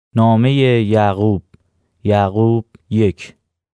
نامه یعقوب 1.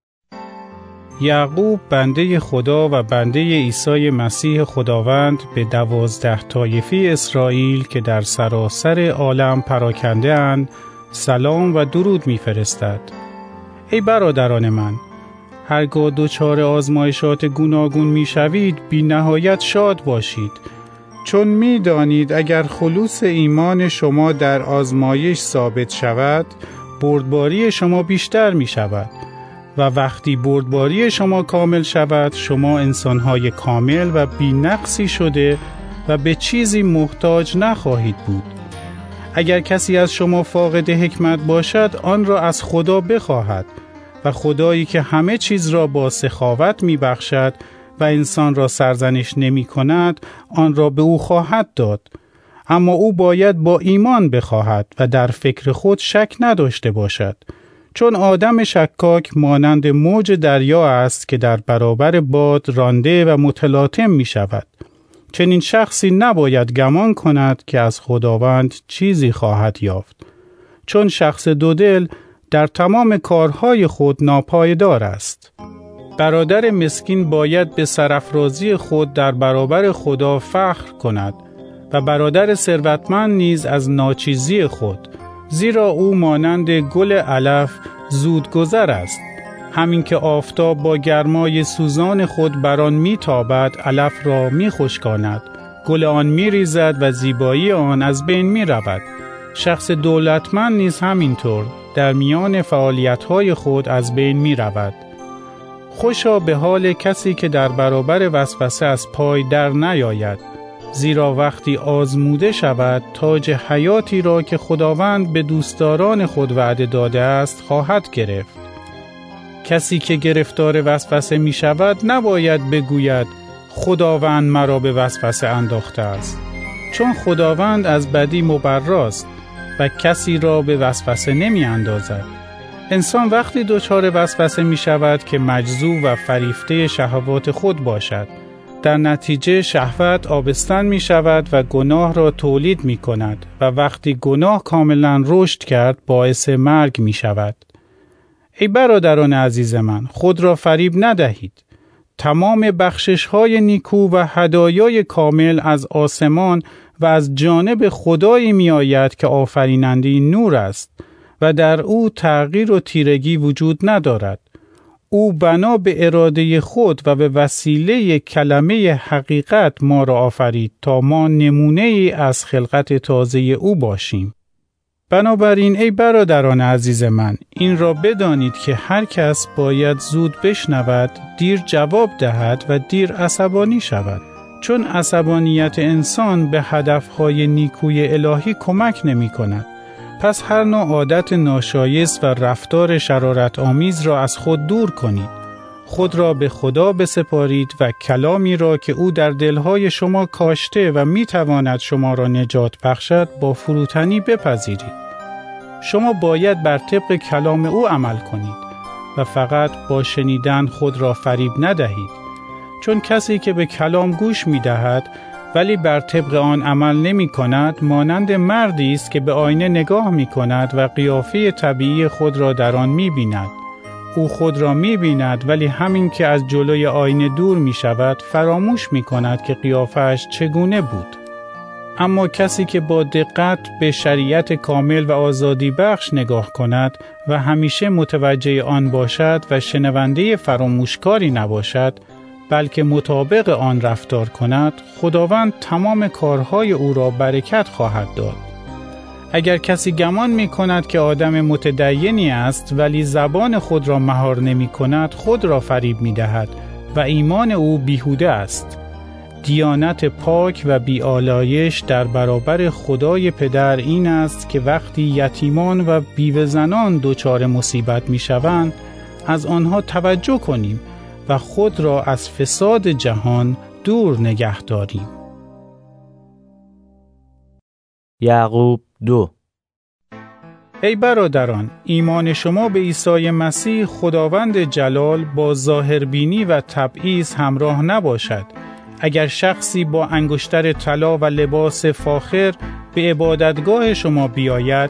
یعقوب بنده خدا و بنده عیسی مسیح خداوند به 12 طایفه اسرائیل که در سراسر عالم پراکنده اند سلام و درود می‌فرستد. ای برادران من، هرگاه دچار آزمایشات گوناگون می‌شوید بی نهایت شاد باشید، چون می‌دانید اگر خلوص ایمان شما در آزمایش ثابت شود، بردباری شما بیشتر می‌شود و وقتی بردباری شما کامل شود، شما انسان‌های کامل و بی‌نقصی شده و به چیزی محتاج نخواهید بود. اگر کسی از شما فاقد حکمت باشد، آن را از خدا بخواهد و خدایی که همه چیز را با سخاوت می‌بخشد و انسان را سرزنش نمی‌کند، آن را به او خواهد داد. اما او باید با ایمان بخواهد و در فکر خود شک نداشته باشد، چون آدم شکاک مانند موج دریا است که در برابر باد رانده و متلاطم می شود. چنین شخصی نباید گمان کند که از خداوند چیزی خواهد یافت، چون شخص دودل در تمام کارهای خود ناپایدار است. برادر مسکین باید به سرافرازی خود در برابر خدا فخر کند و برادر ثروتمند نیز از ناچیزی خود، زیرا او مانند گل علف زود گذر است. همین که آفتاب با گرمای سوزان خود بر آن میتابد، علف را میخشکاند، گل آن میریزد و زیبایی آن از بین میرود. شخص دولتمند نیز همینطور در میان فعالیت‌های خود از بین میرود. خوشا به حال کسی که در برابر وسوسه از پای در نیاید، زیرا وقتی آزموده شود تاج حیاتی را که خداوند به دوستداران خود وعده داده است خواهد گرفت. کسی که گرفتار وسوسه می شود نباید بگوید خداوند مرا به وسوسه انداخته است، چون خداوند از بدی مبراست و کسی را به وسوسه نمی اندازد. انسان وقتی دچار وسوسه می شود که مجذوب و فریفته شهوات خود باشد. در نتیجه شهوت آبستن می شود و گناه را تولید می کند و وقتی گناه کاملا رشد کرد باعث مرگ می شود. ای برادران عزیز من، خود را فریب ندهید. تمام بخشش های نیکو و هدایای کامل از آسمان و از جانب خدایی می آید که آفریننده نور است و در او تغییر و تیرگی وجود ندارد. او بنا به اراده خود و به وسیله کلمه حقیقت ما را آفرید تا ما نمونه ای از خلقت تازه او باشیم. بنابراین ای برادران عزیز من، این را بدانید که هر کس باید زود بشنود، دیر جواب دهد و دیر عصبانی شود، چون عصبانیت انسان به هدفهای نیکوی الهی کمک نمی کند. پس هر نوع عادت ناشایست و رفتار شرارت آمیز را از خود دور کنید. خود را به خدا بسپارید و کلامی را که او در دلهای شما کاشته و میتواند شما را نجات بخشد با فروتنی بپذیرید. شما باید بر طبق کلام او عمل کنید و فقط با شنیدن خود را فریب ندهید، چون کسی که به کلام گوش میدهد ولی بر طبق آن عمل نمی کند مانند مردی است که به آینه نگاه می کند و قیافه طبیعی خود را در آن می بیند. او خود را می بیند ولی همین که از جلوی آینه دور می شود فراموش می کند که قیافه‌اش چگونه بود. اما کسی که با دقت به شریعت کامل و آزادی بخش نگاه کند و همیشه متوجه آن باشد و شنونده فراموشکاری نباشد، بلکه مطابق آن رفتار کند، خداوند تمام کارهای او را برکت خواهد داد. اگر کسی گمان می کند که آدم متدینی است ولی زبان خود را مهار نمی کند، خود را فریب می دهد و ایمان او بیهوده است. دیانت پاک و بی‌آلایش در برابر خدای پدر این است که وقتی یتیمان و بیوه زنان دچار مصیبت می شوند، از آنها توجه کنیم و خود را از فساد جهان دور نگه داریم. یعقوب 2. ای برادران، ایمان شما به عیسی مسیح خداوند جلال با ظاهربینی و تبعیض همراه نباشد. اگر شخصی با انگشتر طلا و لباس فاخر به عبادتگاه شما بیاید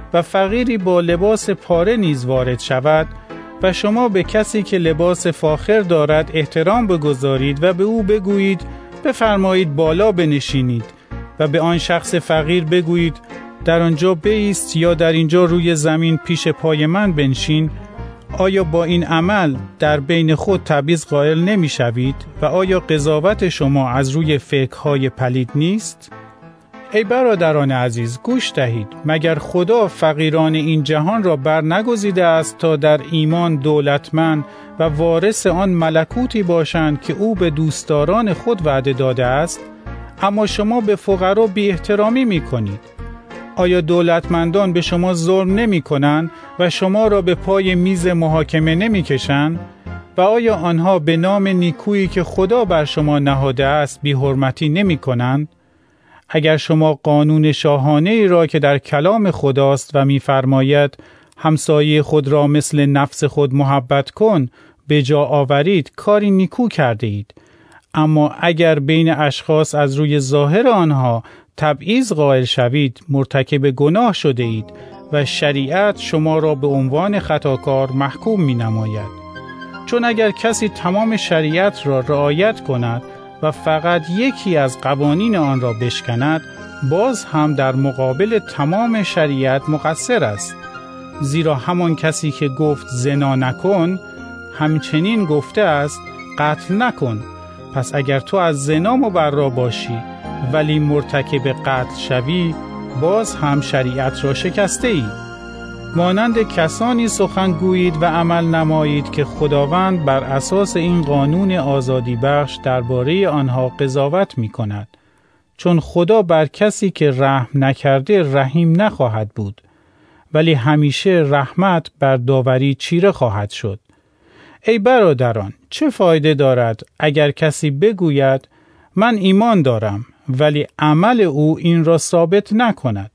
و فقیری با لباس پاره نیز وارد شود و شما به کسی که لباس فاخر دارد احترام بگذارید و به او بگویید بفرمایید بالا بنشینید و به آن شخص فقیر بگویید در آنجا بایست یا در اینجا روی زمین پیش پای من بنشین، آیا با این عمل در بین خود تبعیض قائل نمی شوید و آیا قضاوت شما از روی فکرهای پلید نیست؟ ای برادران عزیز، گوش دهید. مگر خدا فقیران این جهان را بر نگزیده است تا در ایمان دولتمند و وارث آن ملکوتی باشند که او به دوستداران خود وعده داده است؟ اما شما به فقرا بی احترامی می کنید. آیا دولتمندان به شما ظلم نمی کنند و شما را به پای میز محاکمه نمی کشند؟ و آیا آنها به نام نیکویی که خدا بر شما نهاده است بی حرمتی نمی کنند؟ اگر شما قانون شاهانه ای را که در کلام خداست و می‌فرماید همسایه خود را مثل نفس خود محبت کن به جا آورید، کاری نیکو کرده اید. اما اگر بین اشخاص از روی ظاهر آنها تبعیض قائل شوید، مرتکب گناه شده اید و شریعت شما را به عنوان خطاکار محکوم می‌نماید. چون اگر کسی تمام شریعت را رعایت کند و فقط یکی از قوانین آن را بشکند، باز هم در مقابل تمام شریعت مقصر است. زیرا همان کسی که گفت زنا نکن، همچنین گفته است قتل نکن. پس اگر تو از زنا مبرا باشی ولی مرتکب قتل شوی، باز هم شریعت را شکسته ای. مانند کسانی سخن گویید و عمل نمایید که خداوند بر اساس این قانون آزادی بخش درباره آنها قضاوت می کند. چون خدا بر کسی که رحم نکرده رحیم نخواهد بود، ولی همیشه رحمت بر داوری چیره خواهد شد. ای برادران، چه فایده دارد اگر کسی بگوید من ایمان دارم ولی عمل او این را ثابت نکند؟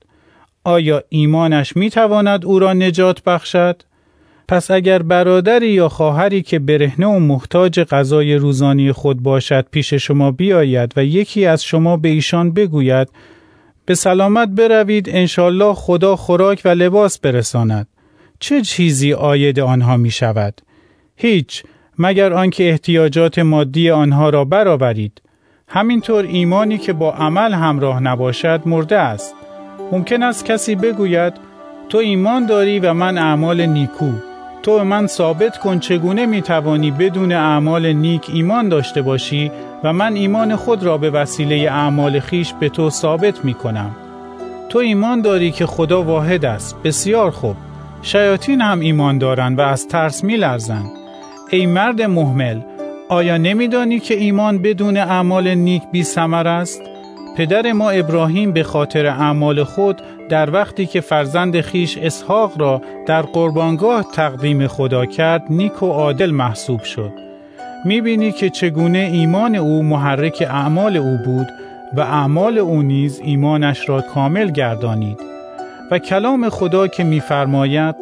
آیا ایمانش میتواند او را نجات بخشد؟ پس اگر برادری یا خواهری که برهنه و محتاج غذای روزانه خود باشد پیش شما بیاید و یکی از شما به ایشان بگوید به سلامت بروید، انشالله خدا خوراک و لباس برساند، چه چیزی عاید آنها می شود؟ هیچ، مگر آنکه احتیاجات مادی آنها را برآورید. همینطور ایمانی که با عمل همراه نباشد مرده است. ممکن است کسی بگوید تو ایمان داری و من اعمال نیکو. تو به من ثابت کن چگونه میتوانی بدون اعمال نیک ایمان داشته باشی و من ایمان خود را به وسیله اعمال خیش به تو ثابت میکنم. تو ایمان داری که خدا واحد است. بسیار خوب. شیاطین هم ایمان دارند و از ترس میلرزند. ای مرد مهمل، آیا نمیدانی که ایمان بدون اعمال نیک بی ثمر است؟ پدر ما ابراهیم به خاطر اعمال خود در وقتی که فرزند خیش اسحاق را در قربانگاه تقدیم خدا کرد نیک و عادل محسوب شد. می‌بینی که چگونه ایمان او محرک اعمال او بود و اعمال او نیز ایمانش را کامل گردانید. و کلام خدا که می‌فرماید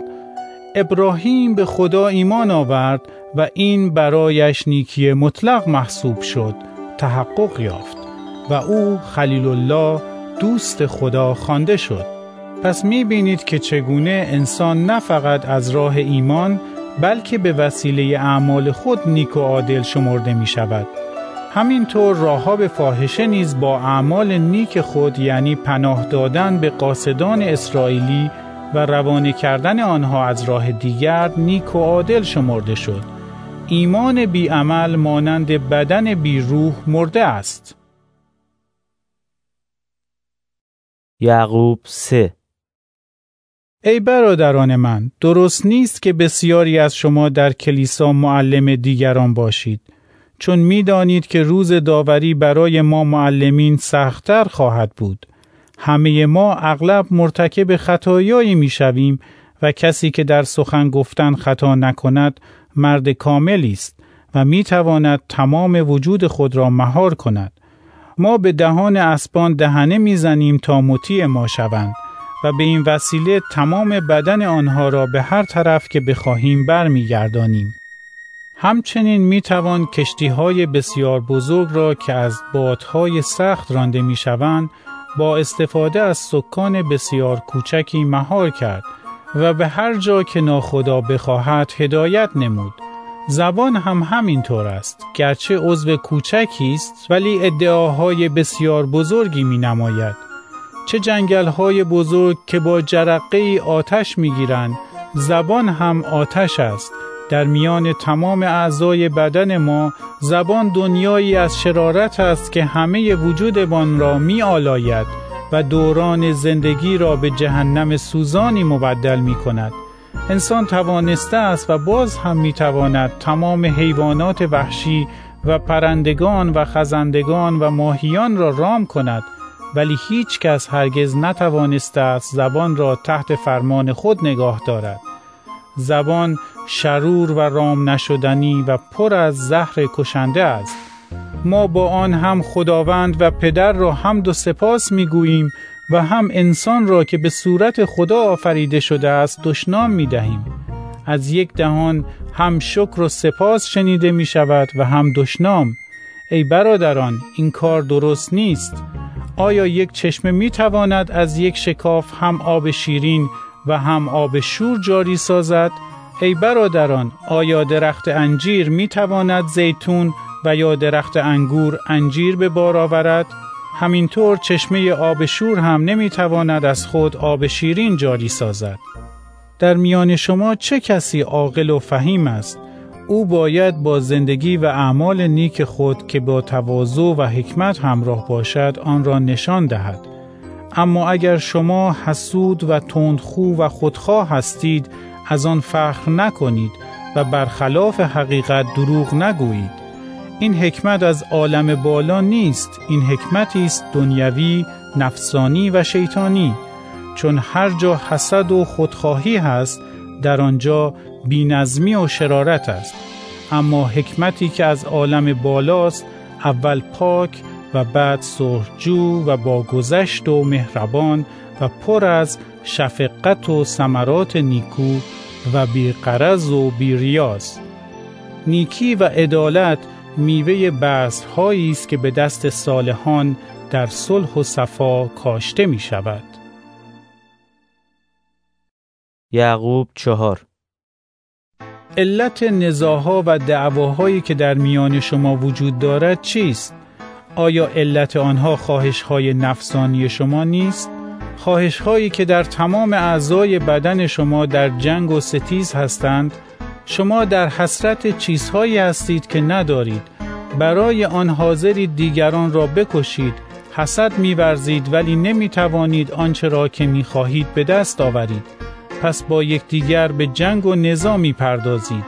ابراهیم به خدا ایمان آورد و این برایش نیکی مطلق محسوب شد، تحقق یافت و او خلیل الله، دوست خدا خوانده شد. پس می‌بینید که چگونه انسان نه فقط از راه ایمان بلکه به وسیله اعمال خود نیک و عادل شمرده می‌شود. همینطور راهاب فاحشه نیز با اعمال نیک خود، یعنی پناه دادن به قاصدان اسرائیلی و روانه کردن آنها از راه دیگر، نیک و عادل شمرده شد. ایمان بی عمل مانند بدن بی روح مرده است. یعقوب 3. ای برادران من، درست نیست که بسیاری از شما در کلیسا معلم دیگران باشید، چون می‌دانید که روز داوری برای ما معلمین سخت‌تر خواهد بود. همه ما اغلب مرتکب خطایایی می‌شویم و کسی که در سخن گفتن خطا نکند مرد کاملی است و می‌تواند تمام وجود خود را مهار کند. ما به دهان اسبان دهنه می‌زنیم تا مطیع ما شوند و به این وسیله تمام بدن آنها را به هر طرف که بخواهیم برمیگردانیم. همچنین می‌توان کشتی‌های بسیار بزرگ را که از بادهای سخت رانده می‌شوند با استفاده از سکان بسیار کوچکی مهار کرد و به هر جا که ناخدا بخواهد هدایت نمود. زبان هم همینطور است، گرچه عضو کوچکی است ولی ادعاهای بسیار بزرگی می نماید. چه جنگل‌های بزرگ که با جرقه‌ای آتش می‌گیرند، زبان هم آتش است. در میان تمام اعضای بدن ما، زبان دنیایی از شرارت است که همه وجودمان را می‌آلاید و دوران زندگی را به جهنم سوزانی مبدل می‌کند. انسان توانسته است و باز هم می‌تواند تمام حیوانات وحشی و پرندگان و خزندگان و ماهیان را رام کند، ولی هیچ کس هرگز نتوانسته است زبان را تحت فرمان خود نگاه دارد. زبان شرور و رام نشدنی و پر از زهر کشنده است. ما با آن هم خداوند و پدر را حمد و سپاس می‌گوییم و هم انسان را که به صورت خدا آفریده شده است دشنام می‌دهیم. از یک دهان هم شکر و سپاس شنیده می‌شود و هم دشنام. ای برادران، این کار درست نیست. آیا یک چشمه می‌تواند از یک شکاف هم آب شیرین و هم آب شور جاری سازد؟ ای برادران، آیا درخت انجیر می‌تواند زیتون و یا درخت انگور انجیر به بار آورد؟ همینطور چشمه آب شور هم نمی‌تواند از خود آب شیرین جاری سازد. در میان شما چه کسی عاقل و فهیم است؟ او باید با زندگی و اعمال نیک خود که با تواضع و حکمت همراه باشد آن را نشان دهد. اما اگر شما حسود و تندخو و خودخواه هستید، از آن فخر نکنید و برخلاف حقیقت دروغ نگویید. این حکمت از عالم بالا نیست، این حکمتی است دنیوی، نفسانی و شیطانی. چون هر جا حسد و خودخواهی هست، در آنجا بی‌نظمی و شرارت است. اما حکمتی که از عالم بالاست، اول پاک و بعد صلح‌جو و با گذشت و مهربان و پر از شفقت و ثمرات نیکو و بی‌غرض و بی‌ریاست. نیکی و عدالت میوه بذرهایی است که به دست صالحان در صلح و صفا کاشته می شود. یعقوب 4. علت نزاع‌ها و دعواهایی که در میان شما وجود دارد چیست؟ آیا علت آنها خواهش‌های نفسانی شما نیست؟ خواهش‌هایی که در تمام اعضای بدن شما در جنگ و ستیز هستند؟ شما در حسرت چیزهایی هستید که ندارید. برای آن حاضرید دیگران را بکشید. حسد می‌ورزید ولی نمی‌توانید آنچه را که می‌خواهید به دست آورید. پس با یکدیگر به جنگ و نزاع می‌پردازید.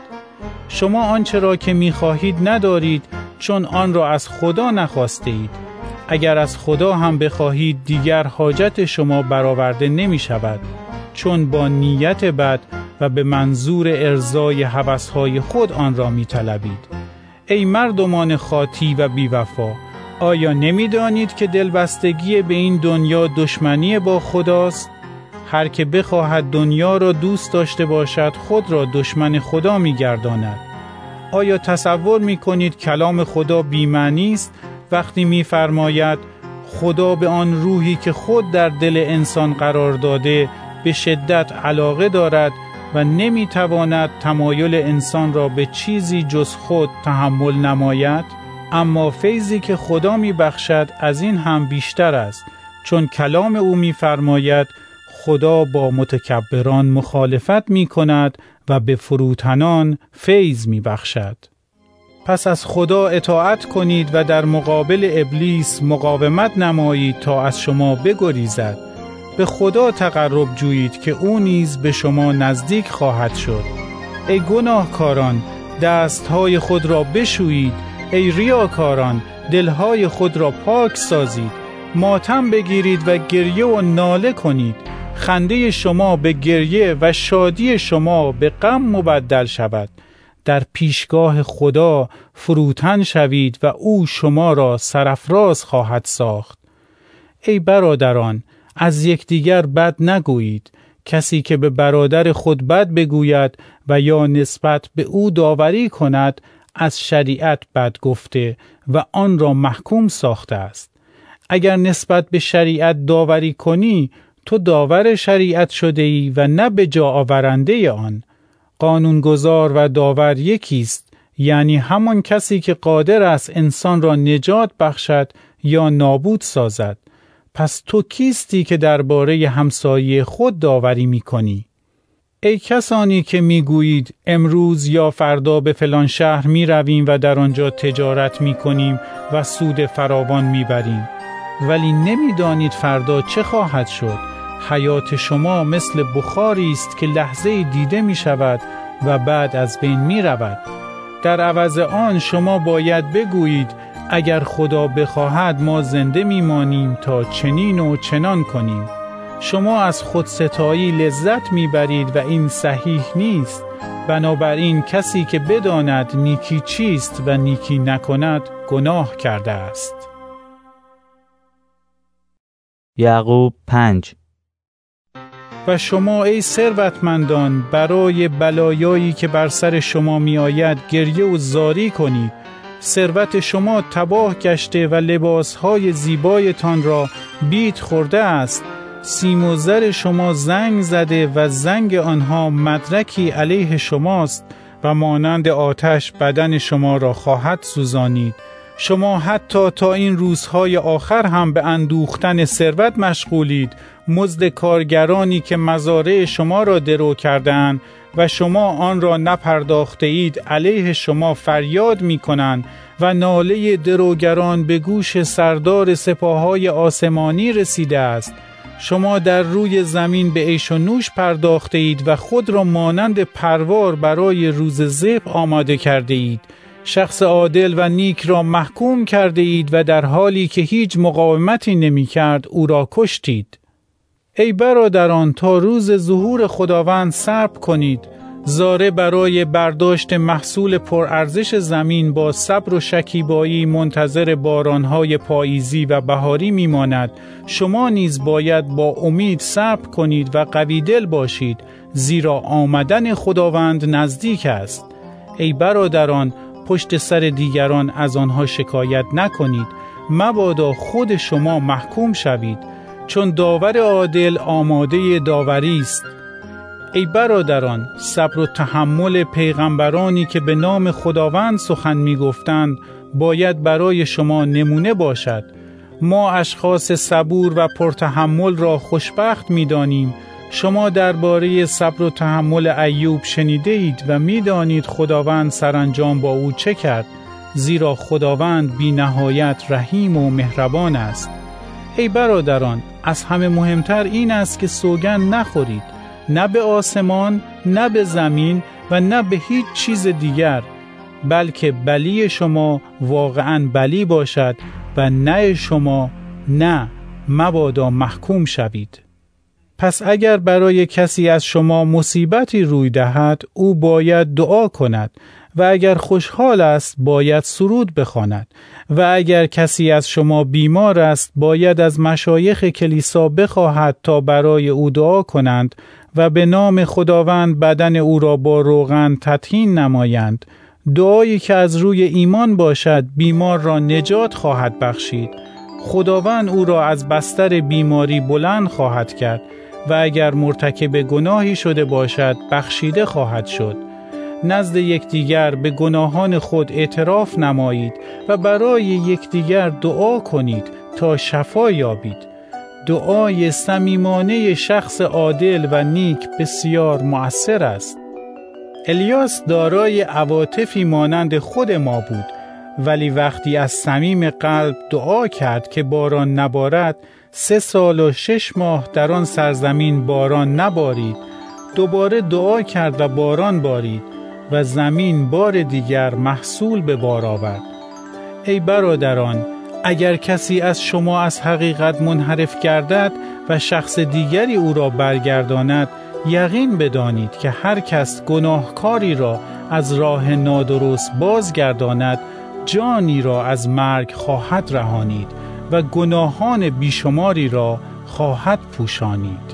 شما آنچه را که می‌خواهید ندارید چون آن را از خدا نخواسته اید. اگر از خدا هم بخواهید دیگر حاجت شما برآورده نمی‌شود، چون با نیت بد و به منظور ارضای هوس‌های خود آن را می‌طلبید. ای مردمان خاطی و بی‌وفا، آیا نمی‌دانید که دلبستگی به این دنیا دشمنی با خداست؟ هر که بخواهد دنیا را دوست داشته باشد خود را دشمن خدا می‌گرداند. آیا تصور می‌کنید کلام خدا بی‌معنی است وقتی می‌فرماید خدا به آن روحی که خود در دل انسان قرار داده به شدت علاقه دارد و نمی‌تواند تمایل انسان را به چیزی جز خود تحمل نماید؟ اما فیضی که خدا می‌بخشد از این هم بیشتر است، چون کلام او می‌فرماید خدا با متکبران مخالفت می‌کند و به فروتنان فیض می‌بخشد. پس از خدا اطاعت کنید و در مقابل ابلیس مقاومت نمایید تا از شما بگریزد. به خدا تقرب جویید که او نیز به شما نزدیک خواهد شد. ای گناهکاران، دستهای خود را بشویید. ای ریاکاران، دلهای خود را پاک سازید. ماتم بگیرید و گریه و ناله کنید. خنده شما به گریه و شادی شما به غم مبدل شود. در پیشگاه خدا فروتن شوید و او شما را سرافراز خواهد ساخت. ای برادران، از یکدیگر بد نگویید. کسی که به برادر خود بد بگوید و یا نسبت به او داوری کند، از شریعت بد گفته و آن را محکوم ساخته است. اگر نسبت به شریعت داوری کنی، تو داور شریعت شده ای و نه به جا آورنده آن. قانونگذار و داور یکیست، یعنی همان کسی که قادر است انسان را نجات بخشد یا نابود سازد. پس تو کیستی که درباره همسایه خود داوری می‌کنی؟ ای کسانی که میگویید امروز یا فردا به فلان شهر میرویم و در آنجا تجارت میکنیم و سود فراوان میبریم، ولی نمیدانید فردا چه خواهد شد. حیات شما مثل بخاری است که لحظه دیده میشود و بعد از بین میرود. در عوض آن شما باید بگویید اگر خدا بخواهد ما زنده میمانیم تا چنین و چنان کنیم. شما از خودستایی لذت میبرید و این صحیح نیست. بنابراین کسی که بداند نیکی چیست و نیکی نکند گناه کرده است. یعقوب 5. و شما ای ثروتمندان برای بلایایی که بر سر شما می آید گریه و زاری کنید. ثروت شما تباه گشته و لباسهای زیبایتان را بید خورده است. سیم و زر شما زنگ زده و زنگ آنها مدرکی علیه شماست و مانند آتش بدن شما را خواهد سوزانید. شما حتی تا این روزهای آخر هم به اندوختن ثروت مشغولید، مزد کارگرانی که مزارع شما را درو کردند و شما آن را نپرداخته اید علیه شما فریاد می کنند و ناله دروگران به گوش سردار سپاههای آسمانی رسیده است. شما در روی زمین به عیش و نوش پرداخته اید و خود را مانند پروار برای روز ذبح آماده کرده اید. شخص عادل و نیک را محکوم کرده اید و در حالی که هیچ مقاومتی نمی کرد او را کشتید. ای برادران، تا روز ظهور خداوند صبر کنید. زاره برای برداشت محصول پرارزش زمین با صبر و شکیبایی منتظر بارانهای پاییزی و بهاری میماند. شما نیز باید با امید صبر کنید و قوی دل باشید، زیرا آمدن خداوند نزدیک است. ای برادران، پشت سر دیگران از آنها شکایت نکنید، مبادا خود شما محکوم شوید، چون داور عادل آماده داوری است. ای برادران، صبر و تحمل پیغمبرانی که به نام خداوند سخن می‌گفتند باید برای شما نمونه باشد. ما اشخاص صبور و پرتحمل را خوشبخت می‌دانیم. شما درباره صبر و تحمل ایوب شنیده اید و می‌دانید خداوند سرانجام با او چه کرد، زیرا خداوند بی نهایت رحیم و مهربان است. ای برادران، از همه مهمتر این است که سوگند نخورید، نه به آسمان، نه به زمین و نه به هیچ چیز دیگر، بلکه بلی شما واقعاً بلی باشد و نه شما نه، مبادا محکوم شوید. پس اگر برای کسی از شما مصیبتی روی دهد، او باید دعا کند و اگر خوشحال است باید سرود بخواند و اگر کسی از شما بیمار است باید از مشایخ کلیسا بخواهد تا برای او دعا کنند و به نام خداوند بدن او را با روغن تطهین نمایند. دعایی که از روی ایمان باشد بیمار را نجات خواهد بخشید. خداوند او را از بستر بیماری بلند خواهد کرد و اگر مرتکب گناهی شده باشد بخشیده خواهد شد. نزد یکدیگر به گناهان خود اعتراف نمایید و برای یکدیگر دعا کنید تا شفا یابید. دعای صمیمانه شخص عادل و نیک بسیار مؤثر است. الیاس دارای عواطفی مانند خود ما بود، ولی وقتی از صمیم قلب دعا کرد که باران نبارد، 3 سال و 6 ماه در آن سرزمین باران نبارید. دوباره دعا کرد و باران بارید و زمین بار دیگر محصول به بار آورد. ای برادران، اگر کسی از شما از حقیقت منحرف گردد و شخص دیگری او را برگرداند، یقین بدانید که هر کس گناهکاری را از راه نادرست بازگرداند، جانی را از مرگ خواهد رهانید و گناهان بیشماری را خواهد پوشانید.